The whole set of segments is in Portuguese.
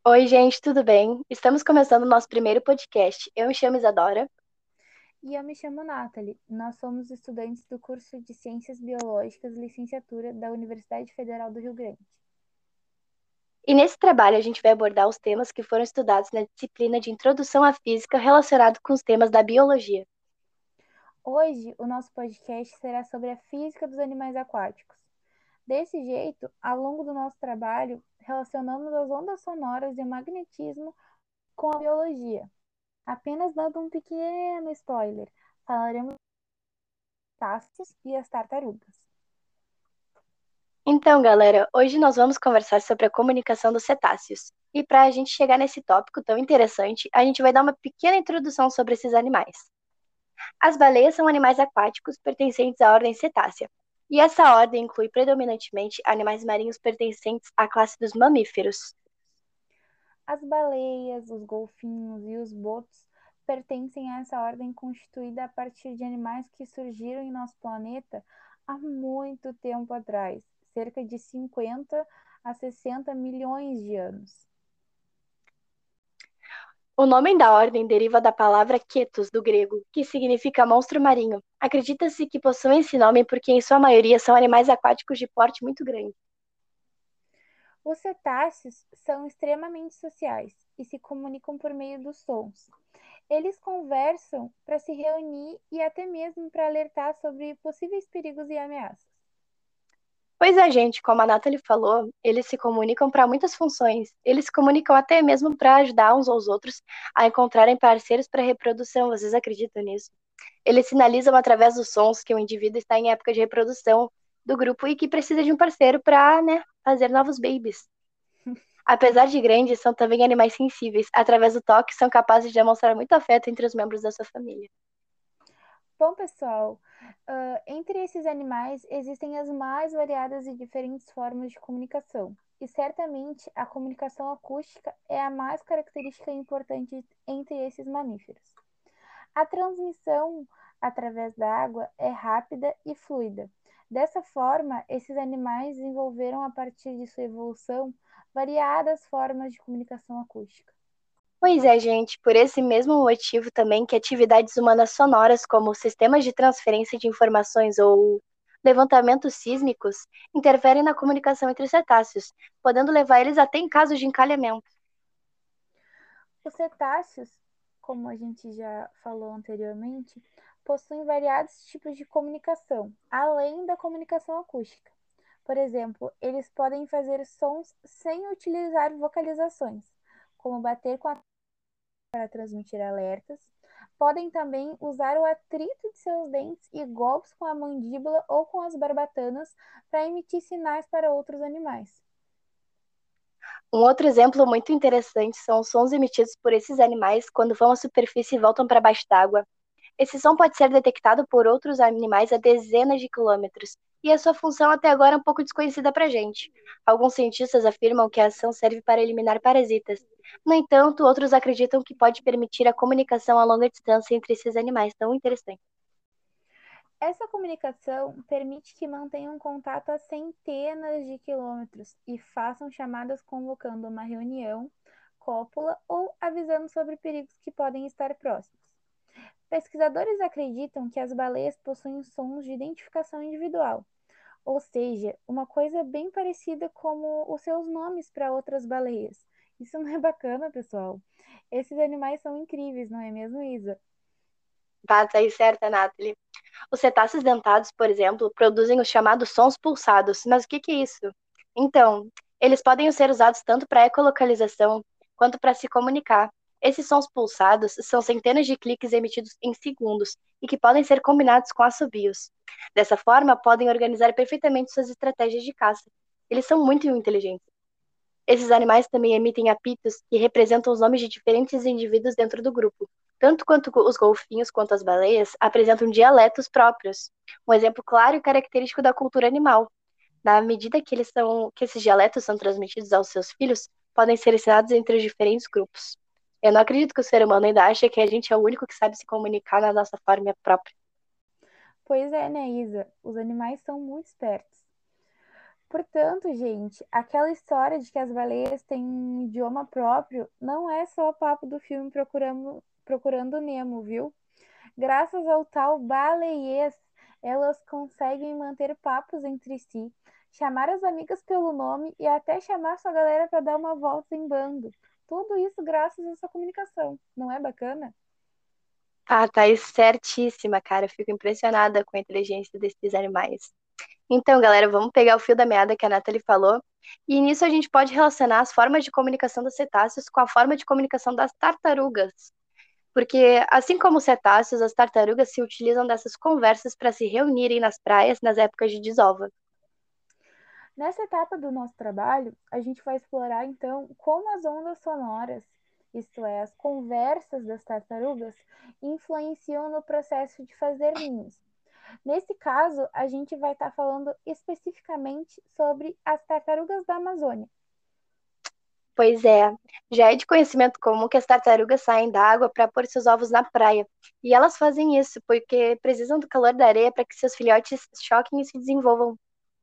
Oi, gente, tudo bem? Estamos começando o nosso primeiro podcast. Eu me chamo Isadora. E eu me chamo Nathalie. Nós somos estudantes do curso de Ciências Biológicas, licenciatura da Universidade Federal do Rio Grande. E nesse trabalho a gente vai abordar os temas que foram estudados na disciplina de Introdução à Física relacionado com os temas da biologia. Hoje, o nosso podcast será sobre a física dos animais aquáticos. Desse jeito, ao longo do nosso trabalho, relacionamos as ondas sonoras e o magnetismo com a biologia. Apenas dando um pequeno spoiler, falaremos dos cetáceos e as tartarugas. Então, galera, hoje nós vamos conversar sobre a comunicação dos cetáceos. E para a gente chegar nesse tópico tão interessante, a gente vai dar uma pequena introdução sobre esses animais. As baleias são animais aquáticos pertencentes à ordem cetácea. E essa ordem inclui predominantemente animais marinhos pertencentes à classe dos mamíferos. As baleias, os golfinhos e os botos pertencem a essa ordem constituída a partir de animais que surgiram em nosso planeta há muito tempo atrás, cerca de 50 a 60 milhões de anos. O nome da ordem deriva da palavra Ketos, do grego, que significa monstro marinho. Acredita-se que possuem esse nome porque, em sua maioria, são animais aquáticos de porte muito grande. Os cetáceos são extremamente sociais e se comunicam por meio dos sons. Eles conversam para se reunir e até mesmo para alertar sobre possíveis perigos e ameaças. Pois é, gente, como a Nathalie falou, eles se comunicam para muitas funções. Eles se comunicam até mesmo para ajudar uns aos outros a encontrarem parceiros para reprodução. Vocês acreditam nisso? Eles sinalizam através dos sons que o indivíduo está em época de reprodução do grupo e que precisa de um parceiro para, né, fazer novos babies. Apesar de grandes, são também animais sensíveis. Através do toque, são capazes de demonstrar muito afeto entre os membros da sua família. Bom, pessoal, entre esses animais existem as mais variadas e diferentes formas de comunicação. E certamente a comunicação acústica é a mais característica e importante entre esses mamíferos. A transmissão através da água é rápida e fluida. Dessa forma, esses animais desenvolveram, a partir de sua evolução, variadas formas de comunicação acústica. Pois é, gente, por esse mesmo motivo também que atividades humanas sonoras, como sistemas de transferência de informações ou levantamentos sísmicos, interferem na comunicação entre os cetáceos, podendo levar eles até em casos de encalhamento. Os cetáceos, como a gente já falou anteriormente, possuem variados tipos de comunicação, além da comunicação acústica. Por exemplo, eles podem fazer sons sem utilizar vocalizações, como bater com a para transmitir alertas. Podem também usar o atrito de seus dentes e golpes com a mandíbula ou com as barbatanas para emitir sinais para outros animais. Um outro exemplo muito interessante são os sons emitidos por esses animais quando vão à superfície e voltam para baixo d'água. Esse som pode ser detectado por outros animais a dezenas de quilômetros, e a sua função até agora é um pouco desconhecida para a gente. Alguns cientistas afirmam que a ação serve para eliminar parasitas. No entanto, outros acreditam que pode permitir a comunicação a longa distância entre esses animais tão interessantes. Essa comunicação permite que mantenham contato a centenas de quilômetros e façam chamadas convocando uma reunião, cópula ou avisando sobre perigos que podem estar próximos. Pesquisadores acreditam que as baleias possuem sons de identificação individual, ou seja, uma coisa bem parecida como os seus nomes para outras baleias. Isso não é bacana, pessoal? Esses animais são incríveis, não é mesmo, Isa? Tá aí certa, Nathalie. Os cetáceos dentados, por exemplo, produzem os chamados sons pulsados. Mas o que que é isso? Então, eles podem ser usados tanto para ecolocalização quanto para se comunicar. Esses sons pulsados são centenas de cliques emitidos em segundos e que podem ser combinados com assobios. Dessa forma, podem organizar perfeitamente suas estratégias de caça. Eles são muito inteligentes. Esses animais também emitem apitos que representam os nomes de diferentes indivíduos dentro do grupo. Tanto quanto os golfinhos quanto as baleias apresentam dialetos próprios, um exemplo claro e característico da cultura animal. Na medida que esses dialetos são transmitidos aos seus filhos, podem ser ensinados entre os diferentes grupos. Eu não acredito que o ser humano ainda acha que a gente é o único que sabe se comunicar na nossa forma própria. Pois é, né, Isa? Os animais são muito espertos. Portanto, gente, aquela história de que as baleias têm um idioma próprio não é só o papo do filme Procurando Nemo, viu? Graças ao tal baleiês, elas conseguem manter papos entre si, chamar as amigas pelo nome e até chamar sua galera para dar uma volta em bando. Tudo isso graças a essa comunicação. Não é bacana? Ah, tá certíssima, cara. Eu fico impressionada com a inteligência desses animais. Então, galera, vamos pegar o fio da meada que a Nathalie falou. E nisso a gente pode relacionar as formas de comunicação dos cetáceos com a forma de comunicação das tartarugas. Porque, assim como os cetáceos, as tartarugas se utilizam dessas conversas para se reunirem nas praias nas épocas de desova. Nessa etapa do nosso trabalho, a gente vai explorar então como as ondas sonoras, isto é, as conversas das tartarugas, influenciam no processo de fazer ninhos. Nesse caso, a gente vai estar falando especificamente sobre as tartarugas da Amazônia. Pois é, já é de conhecimento comum que as tartarugas saem da água para pôr seus ovos na praia. E elas fazem isso porque precisam do calor da areia para que seus filhotes choquem e se desenvolvam.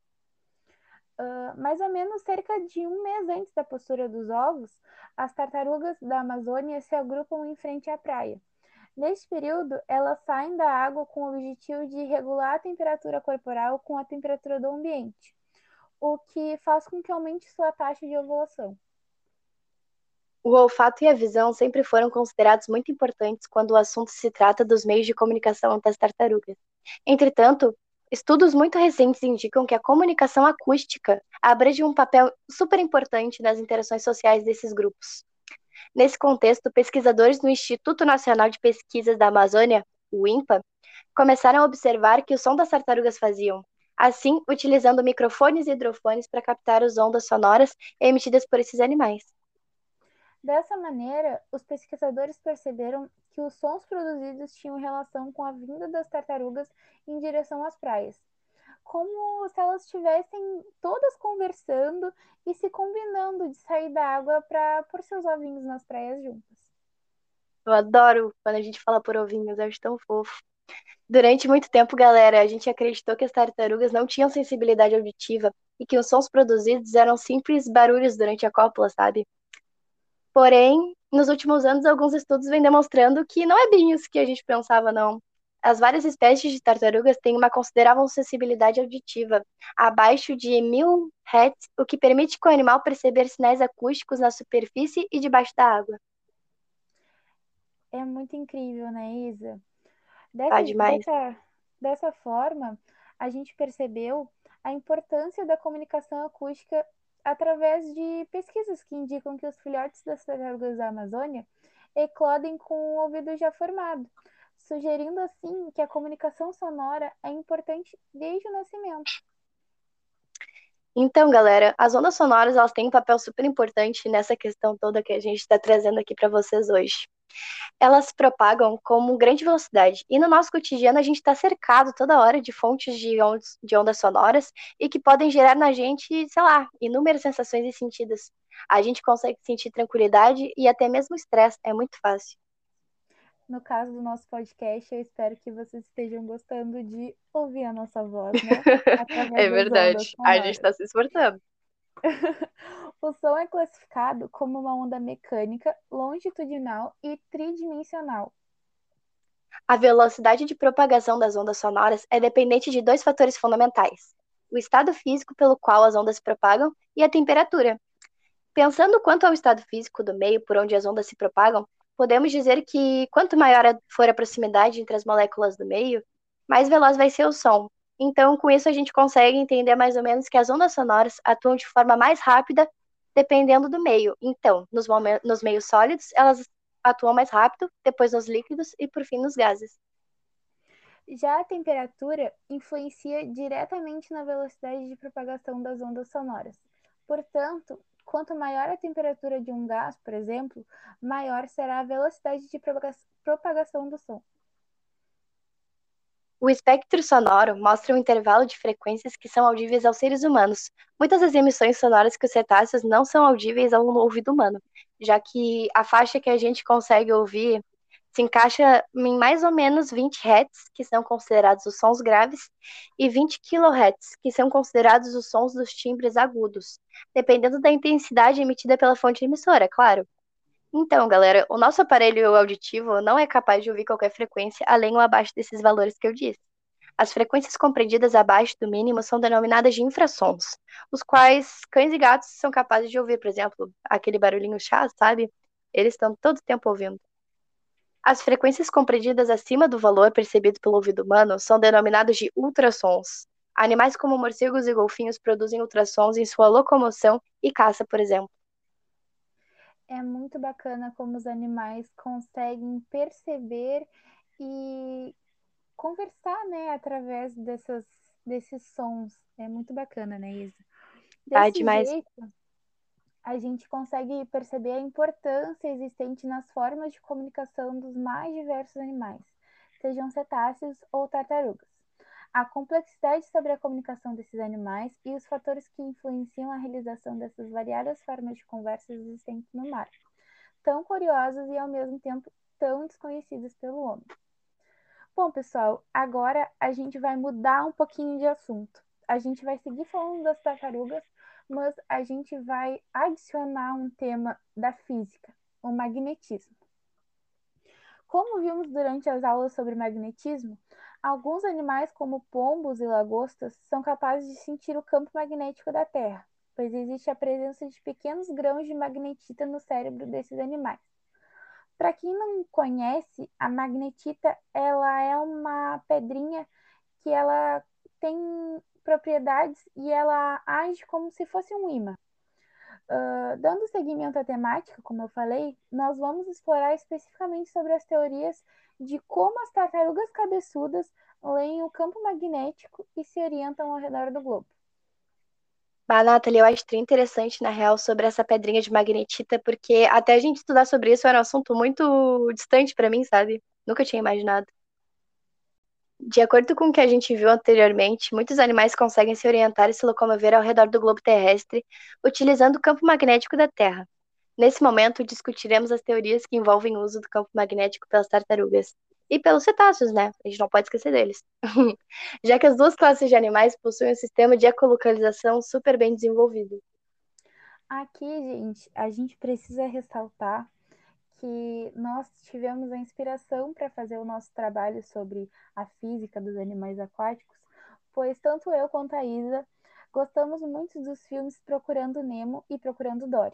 Mais ou menos cerca de um mês antes da postura dos ovos, as tartarugas da Amazônia se agrupam em frente à praia. Neste período, elas saem da água com o objetivo de regular a temperatura corporal com a temperatura do ambiente, o que faz com que aumente sua taxa de ovulação. O olfato e a visão sempre foram considerados muito importantes quando o assunto se trata dos meios de comunicação das tartarugas. Entretanto, estudos muito recentes indicam que a comunicação acústica abrange um papel super importante nas interações sociais desses grupos. Nesse contexto, pesquisadores do Instituto Nacional de Pesquisas da Amazônia, o INPA, começaram a observar que o som das tartarugas faziam, assim, utilizando microfones e hidrofones para captar as ondas sonoras emitidas por esses animais. Dessa maneira, os pesquisadores perceberam que os sons produzidos tinham relação com a vinda das tartarugas em direção às praias, como se elas estivessem todas conversando e se combinando de sair da água para pôr seus ovinhos nas praias juntas. Eu adoro quando a gente fala por ovinhos, eu acho tão fofo. Durante muito tempo, galera, a gente acreditou que as tartarugas não tinham sensibilidade auditiva e que os sons produzidos eram simples barulhos durante a cópula, sabe? Porém, nos últimos anos, alguns estudos vêm demonstrando que não é bem isso que a gente pensava, não. As várias espécies de tartarugas têm uma considerável sensibilidade auditiva, abaixo de 1000 Hz, o que permite que o animal perceber sinais acústicos na superfície e debaixo da água. É muito incrível, né, Isa? Tá Dessa, demais. dessa, dessa forma, a gente percebeu a importância da comunicação acústica através de pesquisas que indicam que os filhotes das tartarugas da Amazônia eclodem com o ouvido já formado, sugerindo assim que a comunicação sonora é importante desde o nascimento. Então, galera, as ondas sonoras elas têm um papel super importante nessa questão toda que a gente está trazendo aqui para vocês hoje. Elas se propagam com grande velocidade e no nosso cotidiano a gente está cercado toda hora de fontes de ondas sonoras e que podem gerar na gente, sei lá, inúmeras sensações e sentidos. A gente consegue sentir tranquilidade e até mesmo estresse, é muito fácil. No caso do nosso podcast, eu espero que vocês estejam gostando de ouvir a nossa voz, né? Através É das ondas verdade, a gente sonoras. está se esforçando. O som é classificado como uma onda mecânica, longitudinal e tridimensional. A velocidade de propagação das ondas sonoras é dependente de dois fatores fundamentais: o estado físico pelo qual as ondas se propagam e a temperatura. Pensando quanto ao estado físico do meio por onde as ondas se propagam, podemos dizer que quanto maior for a proximidade entre as moléculas do meio, mais veloz vai ser o som. Então, com isso, a gente consegue entender mais ou menos que as ondas sonoras atuam de forma mais rápida dependendo do meio. Então, nos meios sólidos, elas atuam mais rápido, depois nos líquidos e, por fim, nos gases. Já a temperatura influencia diretamente na velocidade de propagação das ondas sonoras. Portanto, quanto maior a temperatura de um gás, por exemplo, maior será a velocidade de propagação do som. O espectro sonoro mostra um intervalo de frequências que são audíveis aos seres humanos. Muitas das emissões sonoras que os cetáceos não são audíveis ao ouvido humano, já que a faixa que a gente consegue ouvir se encaixa em mais ou menos 20 Hz, que são considerados os sons graves, e 20 kHz, que são considerados os sons dos timbres agudos, dependendo da intensidade emitida pela fonte emissora, claro. Então, galera, o nosso aparelho auditivo não é capaz de ouvir qualquer frequência além ou abaixo desses valores que eu disse. As frequências compreendidas abaixo do mínimo são denominadas de infrassons, os quais cães e gatos são capazes de ouvir, por exemplo, aquele barulhinho chato, sabe? Eles estão todo o tempo ouvindo. As frequências compreendidas acima do valor percebido pelo ouvido humano são denominadas de ultrassons. Animais como morcegos e golfinhos produzem ultrassons em sua locomoção e caça, por exemplo. É muito bacana como os animais conseguem perceber e conversar, né, através desses sons. É muito bacana, né, Isa? Tá Desse demais. jeito, a gente consegue perceber a importância existente nas formas de comunicação dos mais diversos animais, sejam cetáceos ou tartarugas. A complexidade sobre a comunicação desses animais e os fatores que influenciam a realização dessas variadas formas de conversa existentes no mar, tão curiosos e ao mesmo tempo tão desconhecidos pelo homem. Bom, pessoal, agora a gente vai mudar um pouquinho de assunto. A gente vai seguir falando das tartarugas, mas a gente vai adicionar um tema da física, o magnetismo. Como vimos durante as aulas sobre magnetismo, alguns animais, como pombos e lagostas, são capazes de sentir o campo magnético da Terra, pois existe a presença de pequenos grãos de magnetita no cérebro desses animais. Para quem não conhece, a magnetita ela é uma pedrinha que ela tem propriedades e ela age como se fosse um ímã. Dando seguimento à temática, como eu falei, nós vamos explorar especificamente sobre as teorias de como as tartarugas cabeçudas leem o campo magnético e se orientam ao redor do globo. Bah, Nathalie, eu acho bem interessante, na real, sobre essa pedrinha de magnetita, porque até a gente estudar sobre isso era um assunto muito distante pra mim, sabe? Nunca tinha imaginado. De acordo com o que a gente viu anteriormente, muitos animais conseguem se orientar e se locomover ao redor do globo terrestre utilizando o campo magnético da Terra. Nesse momento, discutiremos as teorias que envolvem o uso do campo magnético pelas tartarugas. E pelos cetáceos, né? A gente não pode esquecer deles. Já que as duas classes de animais possuem um sistema de ecolocalização super bem desenvolvido. Aqui, gente, a gente precisa ressaltar que nós tivemos a inspiração para fazer o nosso trabalho sobre a física dos animais aquáticos, pois tanto eu quanto a Isa gostamos muito dos filmes Procurando Nemo e Procurando Dory.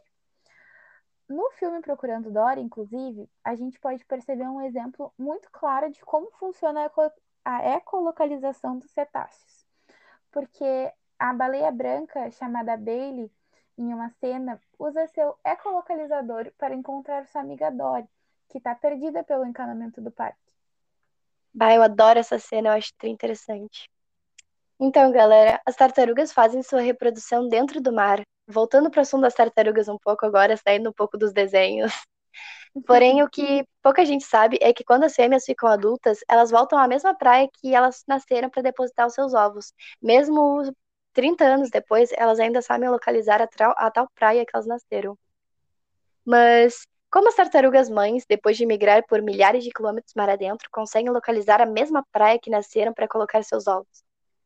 No filme Procurando Dory, inclusive, a gente pode perceber um exemplo muito claro de como funciona a ecolocalização dos cetáceos. Porque a baleia branca, chamada Bailey, em uma cena, usa seu ecolocalizador para encontrar sua amiga Dory, que está perdida pelo encanamento do parque. Bah, eu adoro essa cena, eu acho bem interessante. Então, galera, as tartarugas fazem sua reprodução dentro do mar. Voltando para o assunto das tartarugas um pouco agora, saindo um pouco dos desenhos. Porém, o que pouca gente sabe é que quando as fêmeas ficam adultas, elas voltam à mesma praia que elas nasceram para depositar os seus ovos. Mesmo 30 anos depois, elas ainda sabem localizar a tal praia que elas nasceram. Mas como as tartarugas mães, depois de migrar por milhares de quilômetros mar adentro, conseguem localizar a mesma praia que nasceram para colocar seus ovos?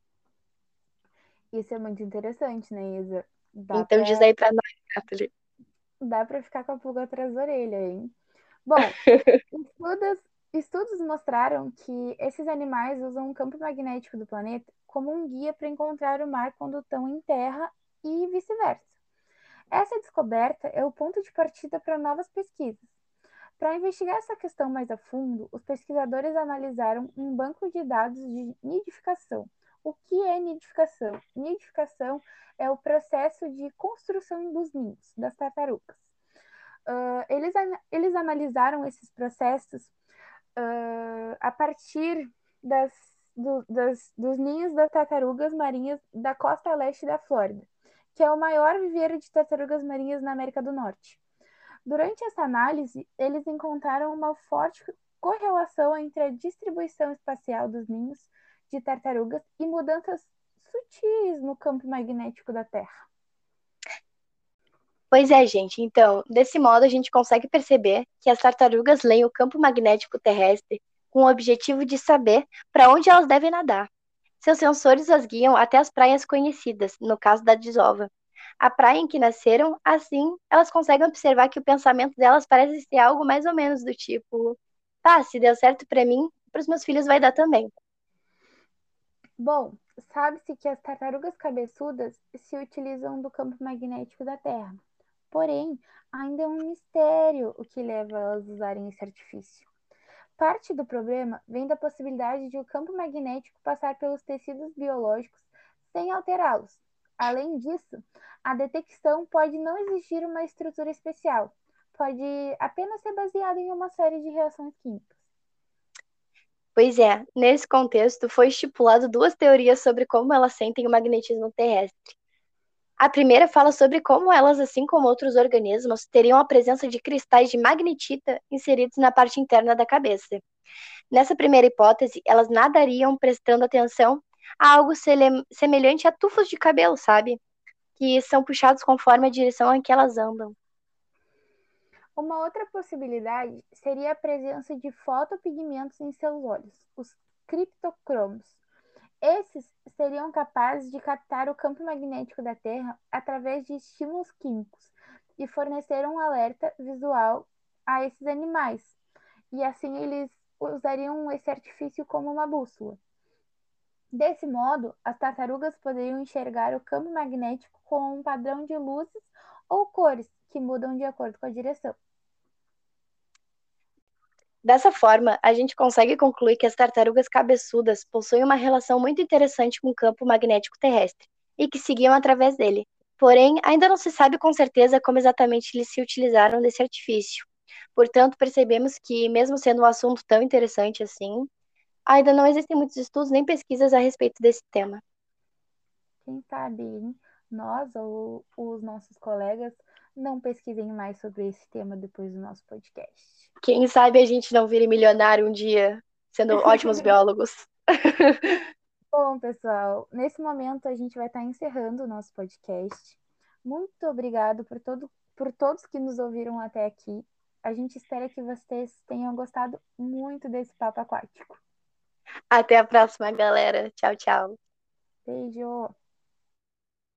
Isso é muito interessante, né, Isa? Dá Então diz para aí pra nós, Nathalie. dá para ficar com a pulga atrás da orelha, hein? Bom, estudos, estudos mostraram que esses animais usam o campo magnético do planeta como um guia para encontrar o mar quando estão em terra e vice-versa. Essa descoberta é o ponto de partida para novas pesquisas. Para investigar essa questão mais a fundo, os pesquisadores analisaram um banco de dados de nidificação. O que é nidificação? Nidificação é o processo de construção dos ninhos das tartarugas. Eles analisaram esses processos a partir dos ninhos das tartarugas marinhas da costa leste da Flórida, que é o maior viveiro de tartarugas marinhas na América do Norte. Durante essa análise, eles encontraram uma forte correlação entre a distribuição espacial dos ninhos de tartarugas e mudanças sutis no campo magnético da Terra. Pois é, gente. Então, desse modo, a gente consegue perceber que as tartarugas leem o campo magnético terrestre com o objetivo de saber para onde elas devem nadar. Seus sensores as guiam até as praias conhecidas, no caso da desova. A praia em que nasceram, assim, elas conseguem observar que o pensamento delas parece ser algo mais ou menos do tipo: tá, se deu certo para mim, para os meus filhos vai dar também. Bom, sabe-se que as tartarugas cabeçudas se utilizam do campo magnético da Terra. Porém, ainda é um mistério o que leva elas a usarem esse artifício. Parte do problema vem da possibilidade de o campo magnético passar pelos tecidos biológicos sem alterá-los. Além disso, a detecção pode não exigir uma estrutura especial, pode apenas ser baseada em uma série de reações químicas. Pois é, nesse contexto foi estipulado duas teorias sobre como elas sentem o magnetismo terrestre. A primeira fala sobre como elas, assim como outros organismos, teriam a presença de cristais de magnetita inseridos na parte interna da cabeça. Nessa primeira hipótese, elas nadariam prestando atenção a algo semelhante a tufos de cabelo, sabe? Que são puxados conforme a direção em que elas andam. Uma outra possibilidade seria a presença de fotopigmentos em seus olhos, os criptocromos. Esses seriam capazes de captar o campo magnético da Terra através de estímulos químicos e fornecer um alerta visual a esses animais. E assim eles usariam esse artifício como uma bússola. Desse modo, as tartarugas poderiam enxergar o campo magnético com um padrão de luzes ou cores que mudam de acordo com a direção. Dessa forma, a gente consegue concluir que as tartarugas cabeçudas possuem uma relação muito interessante com o campo magnético terrestre e que seguiam através dele. Porém, ainda não se sabe com certeza como exatamente eles se utilizaram desse artifício. Portanto, percebemos que, mesmo sendo um assunto tão interessante assim, ainda não existem muitos estudos nem pesquisas a respeito desse tema. Quem sabe, hein? Nós ou os nossos colegas não pesquisem mais sobre esse tema depois do nosso podcast. Quem sabe a gente não vire milionário um dia, sendo ótimos biólogos. Bom, pessoal, nesse momento a gente vai estar encerrando o nosso podcast. Muito obrigado por todos que nos ouviram até aqui. A gente espera que vocês tenham gostado muito desse papo aquático. Até a próxima, galera. Tchau, tchau. Beijo!